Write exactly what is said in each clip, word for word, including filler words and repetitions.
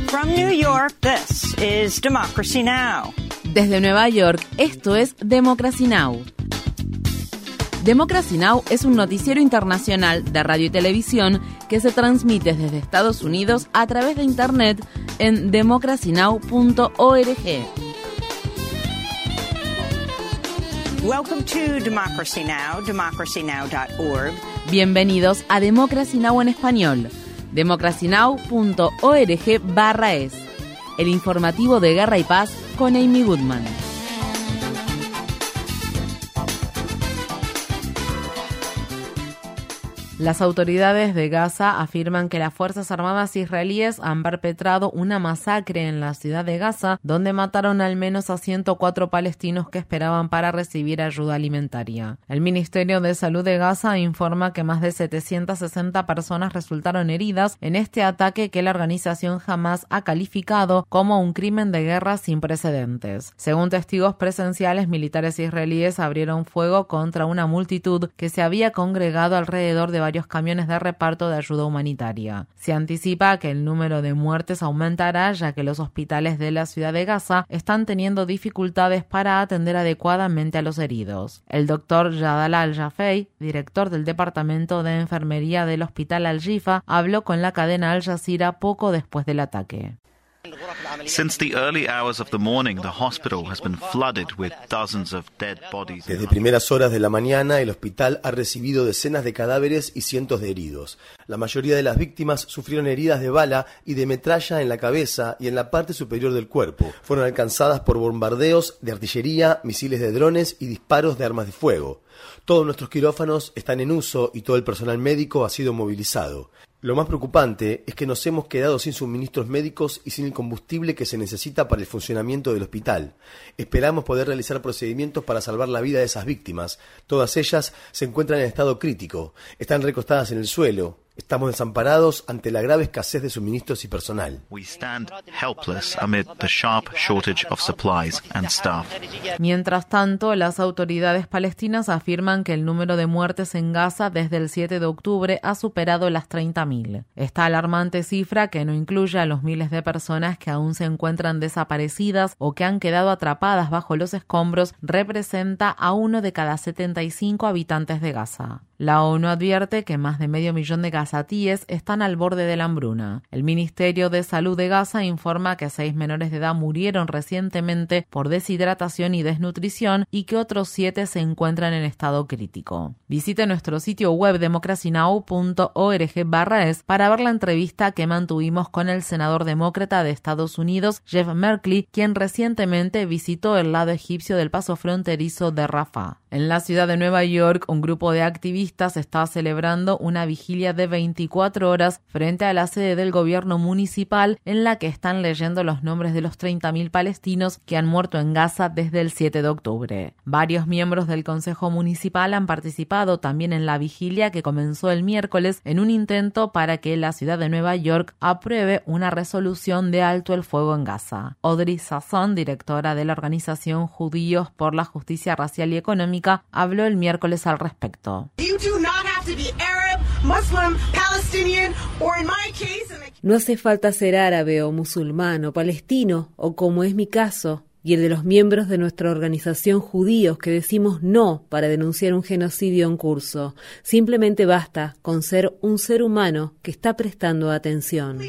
From New York, this is Democracy Now! Desde Nueva York, esto es Democracy Now! Democracy Now! Es un noticiero internacional de radio y televisión que se transmite desde Estados Unidos a través de Internet en democracy now punto org. Welcome to Democracy Now!, democracy now dot org. Bienvenidos a Democracy Now! En español, democracy now punto org barra es, el informativo de Guerra y Paz con Amy Goodman. Las autoridades de Gaza afirman que las Fuerzas Armadas israelíes han perpetrado una masacre en la ciudad de Gaza, donde mataron al menos a ciento cuatro palestinos que esperaban para recibir ayuda alimentaria. El Ministerio de Salud de Gaza informa que más de setecientas sesenta personas resultaron heridas en este ataque que la organización Hamás ha calificado como un crimen de guerra sin precedentes. Según testigos presenciales, militares israelíes abrieron fuego contra una multitud que se había congregado alrededor de varios camiones de reparto de ayuda humanitaria. Se anticipa que el número de muertes aumentará, ya que los hospitales de la ciudad de Gaza están teniendo dificultades para atender adecuadamente a los heridos. El doctor Yadala Al-Jafei, director del Departamento de Enfermería del Hospital Al-Shifa, habló con la cadena Al Jazeera poco después del ataque. Since the early hours of the morning, the hospital has been flooded with dozens of dead bodies. Desde primeras horas de la mañana, el hospital ha recibido decenas de cadáveres y cientos de heridos. La mayoría de las víctimas sufrieron heridas de bala y de metralla en la cabeza y en la parte superior del cuerpo. Fueron alcanzadas por bombardeos de artillería, misiles de drones y disparos de armas de fuego. Todos nuestros quirófanos están en uso y todo el personal médico ha sido movilizado. Lo más preocupante es que nos hemos quedado sin suministros médicos y sin el combustible que se necesita para el funcionamiento del hospital. Esperamos poder realizar procedimientos para salvar la vida de esas víctimas. Todas ellas se encuentran en estado crítico, están recostadas en el suelo. Estamos desamparados ante la grave escasez de suministros y personal. We stand helpless amid the sharp shortage of supplies and staff. Mientras tanto, las autoridades palestinas afirman que el número de muertes en Gaza desde el siete de octubre ha superado las treinta mil. Esta alarmante cifra, que no incluye a los miles de personas que aún se encuentran desaparecidas o que han quedado atrapadas bajo los escombros, representa a uno de cada setenta y cinco habitantes de Gaza. La ONU advierte que más de medio millón de gazatíes están al borde de la hambruna. El Ministerio de Salud de Gaza informa que seis menores de edad murieron recientemente por deshidratación y desnutrición y que otros siete se encuentran en estado crítico. Visite nuestro sitio web democracy now punto org barra es para ver la entrevista que mantuvimos con el senador demócrata de Estados Unidos, Jeff Merkley, quien recientemente visitó el lado egipcio del paso fronterizo de Rafah. En la ciudad de Nueva York, un grupo de activistas está celebrando una vigilia de veinticuatro horas frente a la sede del gobierno municipal, en la que están leyendo los nombres de los treinta mil palestinos que han muerto en Gaza desde el siete de octubre. Varios miembros del Consejo Municipal han participado también en la vigilia que comenzó el miércoles en un intento para que la ciudad de Nueva York apruebe una resolución de alto el fuego en Gaza. Audrey Sasson, directora de la organización Judíos por la Justicia Racial y Económica, habló el miércoles al respecto. No hace falta ser árabe o musulmán o palestino, o como es mi caso, y el de los miembros de nuestra organización judíos que decimos no para denunciar un genocidio en curso. Simplemente basta con ser un ser humano que está prestando atención.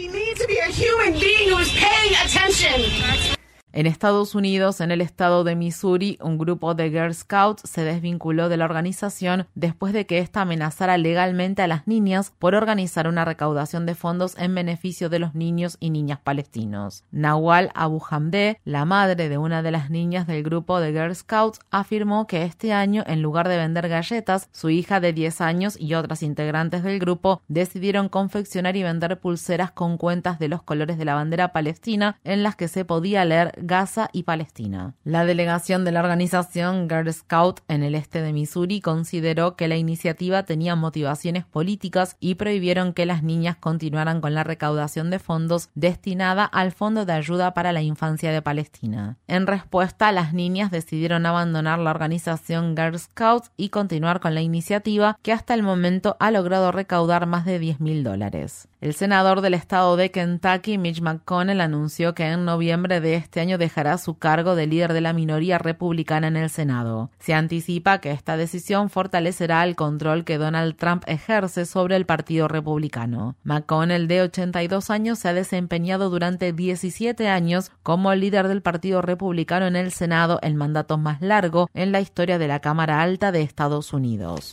En Estados Unidos, en el estado de Missouri, un grupo de Girl Scouts se desvinculó de la organización después de que ésta amenazara legalmente a las niñas por organizar una recaudación de fondos en beneficio de los niños y niñas palestinos. Nawal Abu Hamdeh, la madre de una de las niñas del grupo de Girl Scouts, afirmó que este año, en lugar de vender galletas, su hija de diez años y otras integrantes del grupo decidieron confeccionar y vender pulseras con cuentas de los colores de la bandera palestina en las que se podía leer Gaza y Palestina. La delegación de la organización Girl Scout en el este de Missouri consideró que la iniciativa tenía motivaciones políticas y prohibieron que las niñas continuaran con la recaudación de fondos destinada al Fondo de Ayuda para la Infancia de Palestina. En respuesta, las niñas decidieron abandonar la organización Girl Scouts y continuar con la iniciativa, que hasta el momento ha logrado recaudar más de diez mil dólares. El senador del estado de Kentucky, Mitch McConnell, anunció que en noviembre de este año dejará su cargo de líder de la minoría republicana en el Senado. Se anticipa que esta decisión fortalecerá el control que Donald Trump ejerce sobre el Partido Republicano. McConnell, de ochenta y dos años, se ha desempeñado durante diecisiete años como líder del Partido Republicano en el Senado, el mandato más largo en la historia de la Cámara Alta de Estados Unidos.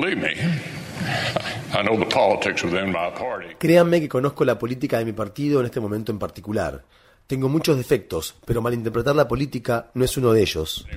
Créanme que conozco la política de mi partido en este momento en particular. Tengo muchos defectos, pero malinterpretar la política no es uno de ellos.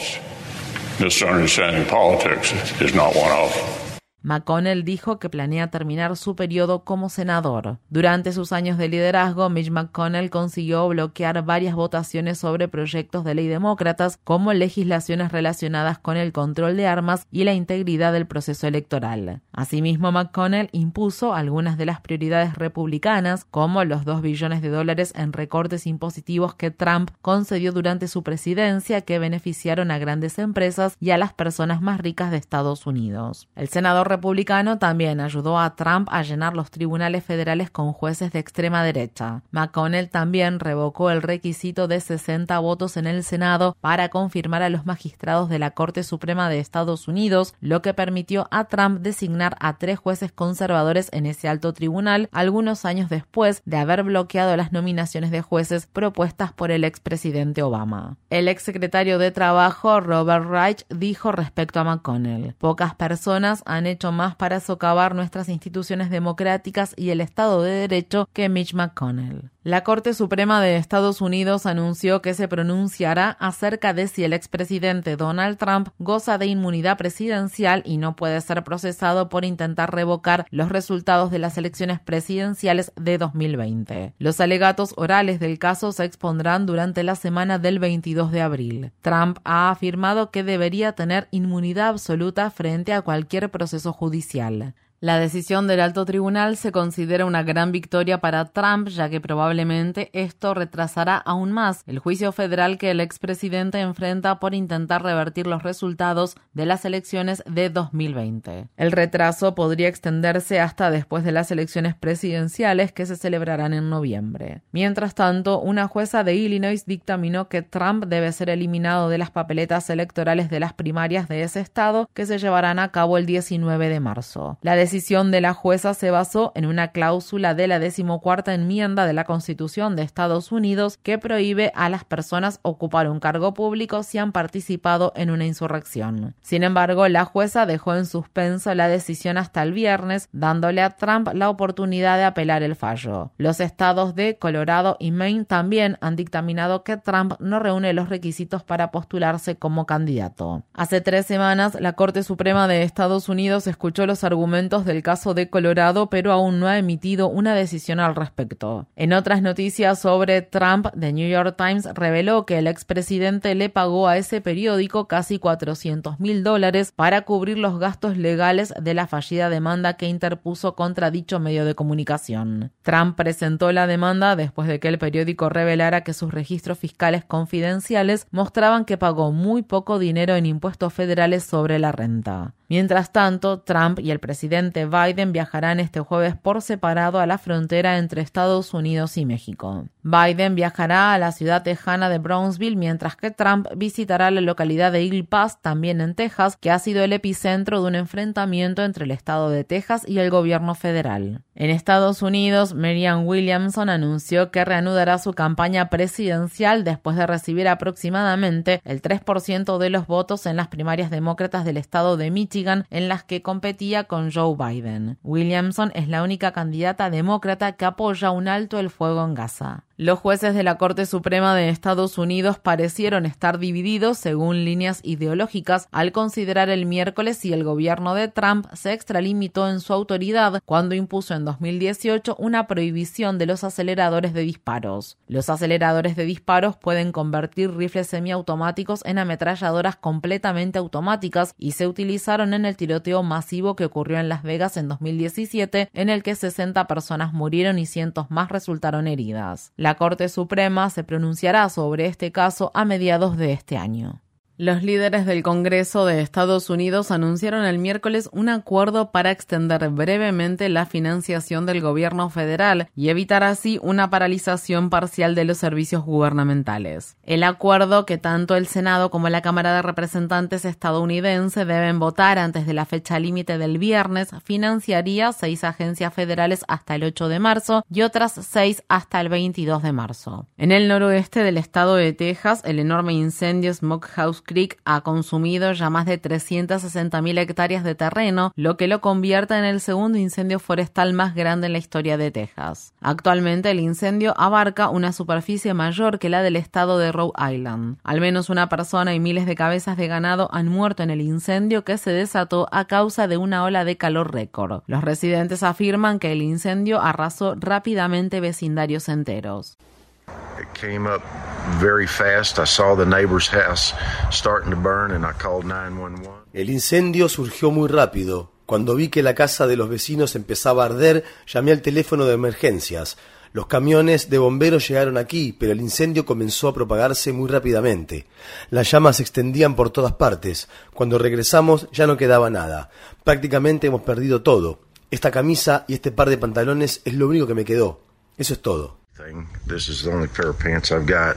McConnell dijo que planea terminar su periodo como senador. Durante sus años de liderazgo, Mitch McConnell consiguió bloquear varias votaciones sobre proyectos de ley demócratas, como legislaciones relacionadas con el control de armas y la integridad del proceso electoral. Asimismo, McConnell impuso algunas de las prioridades republicanas, como los dos billones de dólares en recortes impositivos que Trump concedió durante su presidencia, que beneficiaron a grandes empresas y a las personas más ricas de Estados Unidos. El senador republicano también ayudó a Trump a llenar los tribunales federales con jueces de extrema derecha. McConnell también revocó el requisito de sesenta votos en el Senado para confirmar a los magistrados de la Corte Suprema de Estados Unidos, lo que permitió a Trump designar a tres jueces conservadores en ese alto tribunal, algunos años después de haber bloqueado las nominaciones de jueces propuestas por el expresidente Obama. El exsecretario de Trabajo, Robert Reich, dijo respecto a McConnell: "Pocas personas han hecho más para socavar nuestras instituciones democráticas y el Estado de Derecho que Mitch McConnell". La Corte Suprema de Estados Unidos anunció que se pronunciará acerca de si el expresidente Donald Trump goza de inmunidad presidencial y no puede ser procesado por intentar revocar los resultados de las elecciones presidenciales de dos mil veinte. Los alegatos orales del caso se expondrán durante la semana del veintidós de abril. Trump ha afirmado que debería tener inmunidad absoluta frente a cualquier proceso judicial. La decisión del alto tribunal se considera una gran victoria para Trump, ya que probablemente esto retrasará aún más el juicio federal que el expresidente enfrenta por intentar revertir los resultados de las elecciones de dos mil veinte. El retraso podría extenderse hasta después de las elecciones presidenciales, que se celebrarán en noviembre. Mientras tanto, una jueza de Illinois dictaminó que Trump debe ser eliminado de las papeletas electorales de las primarias de ese estado, que se llevarán a cabo el diecinueve de marzo. La La decisión de la jueza se basó en una cláusula de la decimocuarta enmienda de la Constitución de Estados Unidos que prohíbe a las personas ocupar un cargo público si han participado en una insurrección. Sin embargo, la jueza dejó en suspenso la decisión hasta el viernes, dándole a Trump la oportunidad de apelar el fallo. Los estados de Colorado y Maine también han dictaminado que Trump no reúne los requisitos para postularse como candidato. Hace tres semanas, la Corte Suprema de Estados Unidos escuchó los argumentos del caso de Colorado, pero aún no ha emitido una decisión al respecto. En otras noticias sobre Trump, The New York Times reveló que el expresidente le pagó a ese periódico casi cuatrocientos mil dólares para cubrir los gastos legales de la fallida demanda que interpuso contra dicho medio de comunicación. Trump presentó la demanda después de que el periódico revelara que sus registros fiscales confidenciales mostraban que pagó muy poco dinero en impuestos federales sobre la renta. Mientras tanto, Trump y el presidente Biden viajarán este jueves por separado a la frontera entre Estados Unidos y México. Biden viajará a la ciudad tejana de Brownsville, mientras que Trump visitará la localidad de Eagle Pass, también en Texas, que ha sido el epicentro de un enfrentamiento entre el estado de Texas y el gobierno federal. En Estados Unidos, Marianne Williamson anunció que reanudará su campaña presidencial después de recibir aproximadamente el tres por ciento de los votos en las primarias demócratas del estado de Michigan, en las que competía con Joe Biden. Williamson es la única candidata demócrata que apoya un alto el fuego en Gaza. Los jueces de la Corte Suprema de Estados Unidos parecieron estar divididos según líneas ideológicas al considerar el miércoles si el gobierno de Trump se extralimitó en su autoridad cuando impuso en dos mil dieciocho una prohibición de los aceleradores de disparos. Los aceleradores de disparos pueden convertir rifles semiautomáticos en ametralladoras completamente automáticas y se utilizaron en el tiroteo masivo que ocurrió en Las Vegas en dos mil diecisiete, en el que sesenta personas murieron y cientos más resultaron heridas. La Corte Suprema se pronunciará sobre este caso a mediados de este año. Los líderes del Congreso de Estados Unidos anunciaron el miércoles un acuerdo para extender brevemente la financiación del gobierno federal y evitar así una paralización parcial de los servicios gubernamentales. El acuerdo, que tanto el Senado como la Cámara de Representantes estadounidense deben votar antes de la fecha límite del viernes, financiaría seis agencias federales hasta el ocho de marzo y otras seis hasta el veintidós de marzo. En el noroeste del estado de Texas, el enorme incendio Smokehouse Creek ha consumido ya más de trescientas sesenta mil hectáreas de terreno, lo que lo convierte en el segundo incendio forestal más grande en la historia de Texas. Actualmente el incendio abarca una superficie mayor que la del estado de Rhode Island. Al menos una persona y miles de cabezas de ganado han muerto en el incendio, que se desató a causa de una ola de calor récord. Los residentes afirman que el incendio arrasó rápidamente vecindarios enteros. It came up very fast. I saw the neighbor's house starting to burn and I called nine one one. El incendio surgió muy rápido. Cuando vi que la casa de los vecinos empezaba a arder, llamé al teléfono de emergencias. Los camiones de bomberos llegaron aquí, pero el incendio comenzó a propagarse muy rápidamente. Las llamas se extendían por todas partes. Cuando regresamos ya no quedaba nada. Prácticamente hemos perdido todo. Esta camisa y este par de pantalones es lo único que me quedó. Eso es todo. This is the only pair of pants I've got.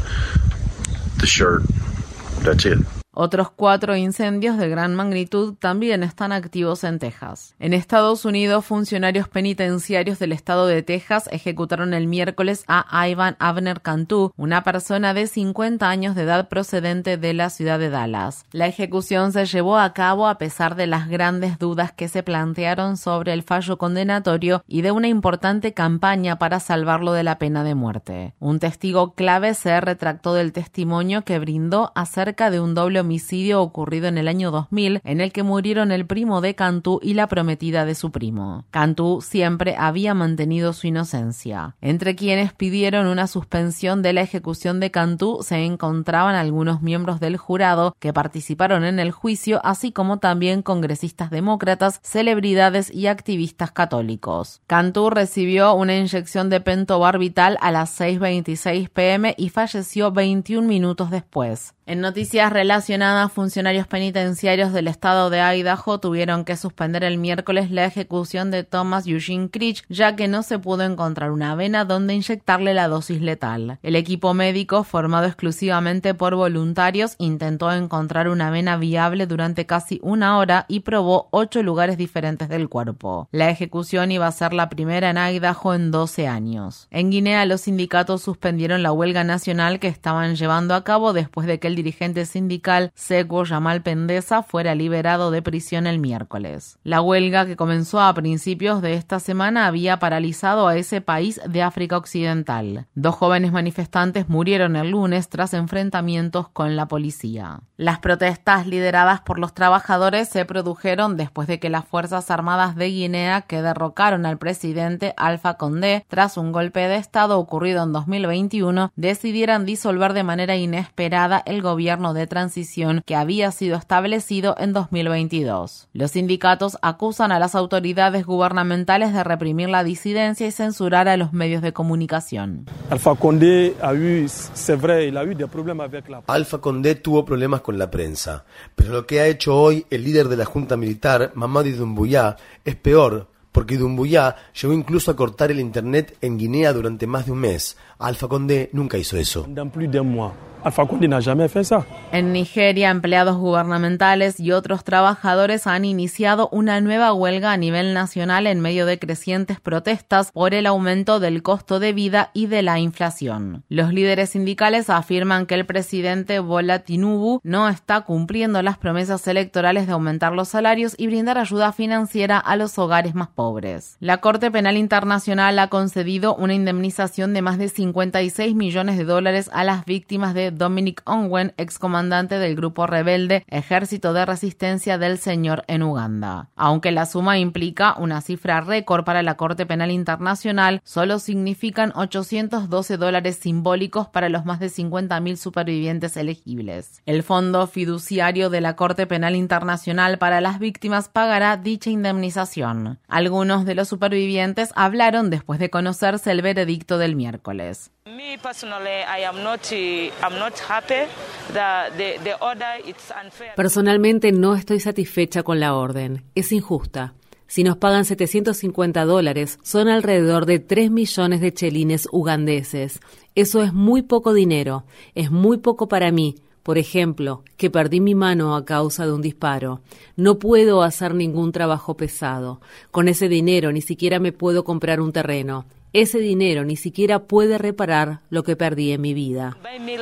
The shirt. That's it. Otros cuatro incendios de gran magnitud también están activos en Texas. En Estados Unidos, funcionarios penitenciarios del estado de Texas ejecutaron el miércoles a Ivan Abner Cantu, una persona de cincuenta años de edad procedente de la ciudad de Dallas. La ejecución se llevó a cabo a pesar de las grandes dudas que se plantearon sobre el fallo condenatorio y de una importante campaña para salvarlo de la pena de muerte. Un testigo clave se retractó del testimonio que brindó acerca de un doble homicidio ocurrido en el año dos mil, en el que murieron el primo de Cantu y la prometida de su primo. Cantu siempre había mantenido su inocencia. Entre quienes pidieron una suspensión de la ejecución de Cantu se encontraban algunos miembros del jurado que participaron en el juicio, así como también congresistas demócratas, celebridades y activistas católicos. Cantu recibió una inyección de pentobarbital a las seis veintiséis pm y falleció veintiún minutos después. En noticias relacionadas, funcionarios penitenciarios del estado de Idaho tuvieron que suspender el miércoles la ejecución de Thomas Eugene Creech, ya que no se pudo encontrar una vena donde inyectarle la dosis letal. El equipo médico, formado exclusivamente por voluntarios, intentó encontrar una vena viable durante casi una hora y probó ocho lugares diferentes del cuerpo. La ejecución iba a ser la primera en Idaho en doce años. En Guinea, los sindicatos suspendieron la huelga nacional que estaban llevando a cabo después de que el dirigente sindical Segwo Jamal Pendeza fuera liberado de prisión el miércoles. La huelga, que comenzó a principios de esta semana, había paralizado a ese país de África Occidental. Dos jóvenes manifestantes murieron el lunes tras enfrentamientos con la policía. Las protestas lideradas por los trabajadores se produjeron después de que las Fuerzas Armadas de Guinea, que derrocaron al presidente Alpha Condé tras un golpe de estado ocurrido en dos mil veintiuno, decidieran disolver de manera inesperada el gobierno de transición que había sido establecido en dos mil veintidós. Los sindicatos acusan a las autoridades gubernamentales de reprimir la disidencia y censurar a los medios de comunicación. Alpha Condé a eu, c'est vrai, il a eu des problèmes avec la Alpha Condé tuvo problemas con la prensa, pero lo que ha hecho hoy el líder de la junta militar, Mamadi Doumbouya, es peor, porque Doumbouya llegó incluso a cortar el internet en Guinea durante más de un mes. Alpha Condé nunca hizo eso. dans plus d'un mois. Alpha Condé n'a jamais fait ça. En Nigeria, empleados gubernamentales y otros trabajadores han iniciado una nueva huelga a nivel nacional en medio de crecientes protestas por el aumento del costo de vida y de la inflación. Los líderes sindicales afirman que el presidente Bola Tinubu no está cumpliendo las promesas electorales de aumentar los salarios y brindar ayuda financiera a los hogares más pobres. La Corte Penal Internacional ha concedido una indemnización de más de cincuenta y seis millones de dólares a las víctimas de Dominic Ongwen, excomandante del grupo rebelde Ejército de Resistencia del Señor en Uganda. Aunque la suma implica una cifra récord para la Corte Penal Internacional, solo significan ochocientos doce dólares simbólicos para los más de cincuenta mil supervivientes elegibles. El Fondo Fiduciario de la Corte Penal Internacional para las Víctimas pagará dicha indemnización. Algunos de los supervivientes hablaron después de conocerse el veredicto del miércoles. Me personally, I am not, I'm not Personalmente no estoy satisfecha con la orden. Es injusta. Si nos pagan setecientos cincuenta dólares, son alrededor de tres millones de chelines ugandeses. Eso es muy poco dinero. Es muy poco para mí. Por ejemplo, que perdí mi mano a causa de un disparo. No puedo hacer ningún trabajo pesado. Con ese dinero ni siquiera me puedo comprar un terreno. Ese dinero ni siquiera puede reparar lo que perdí en mi vida.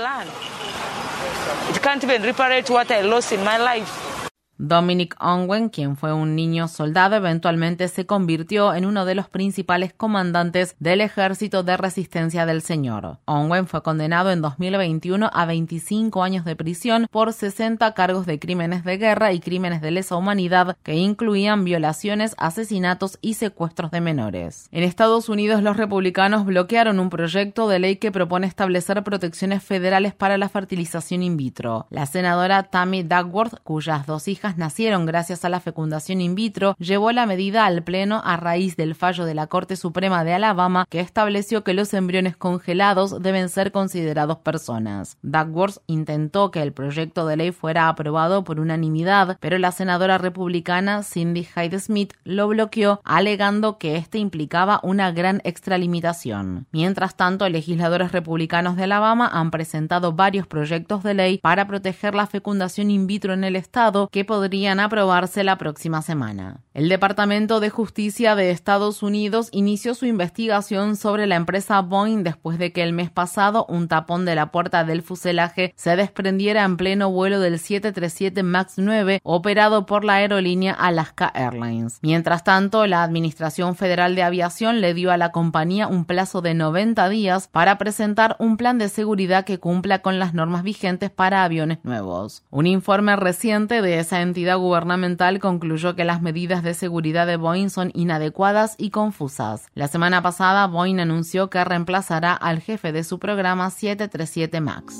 Dominic Ongwen, quien fue un niño soldado, eventualmente se convirtió en uno de los principales comandantes del Ejército de Resistencia del Señor. Ongwen fue condenado en dos mil veintiuno a veinticinco años de prisión por sesenta cargos de crímenes de guerra y crímenes de lesa humanidad que incluían violaciones, asesinatos y secuestros de menores. En Estados Unidos, los republicanos bloquearon un proyecto de ley que propone establecer protecciones federales para la fertilización in vitro. La senadora Tammy Duckworth, cuyas dos hijas nacieron gracias a la fecundación in vitro, llevó la medida al Pleno a raíz del fallo de la Corte Suprema de Alabama que estableció que los embriones congelados deben ser considerados personas. Duckworth intentó que el proyecto de ley fuera aprobado por unanimidad, pero la senadora republicana Cindy Hyde Smith lo bloqueó, alegando que este implicaba una gran extralimitación. Mientras tanto, legisladores republicanos de Alabama han presentado varios proyectos de ley para proteger la fecundación in vitro en el estado que podrían aprobarse la próxima semana. El Departamento de Justicia de Estados Unidos inició su investigación sobre la empresa Boeing después de que el mes pasado un tapón de la puerta del fuselaje se desprendiera en pleno vuelo del siete treinta y siete MAX nueve operado por la aerolínea Alaska Airlines. Mientras tanto, la Administración Federal de Aviación le dio a la compañía un plazo de noventa días para presentar un plan de seguridad que cumpla con las normas vigentes para aviones nuevos. Un informe reciente de esa entidad gubernamental concluyó que las medidas de seguridad de Boeing son inadecuadas y confusas. La semana pasada, Boeing anunció que reemplazará al jefe de su programa siete treinta y siete MAX.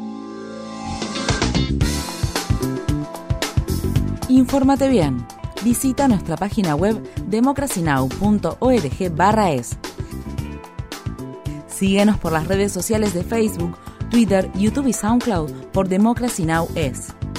Infórmate bien. Visita nuestra página web democracy now punto org barra es. Síguenos por las redes sociales de Facebook, Twitter, YouTube y SoundCloud por Democracy Now! Es.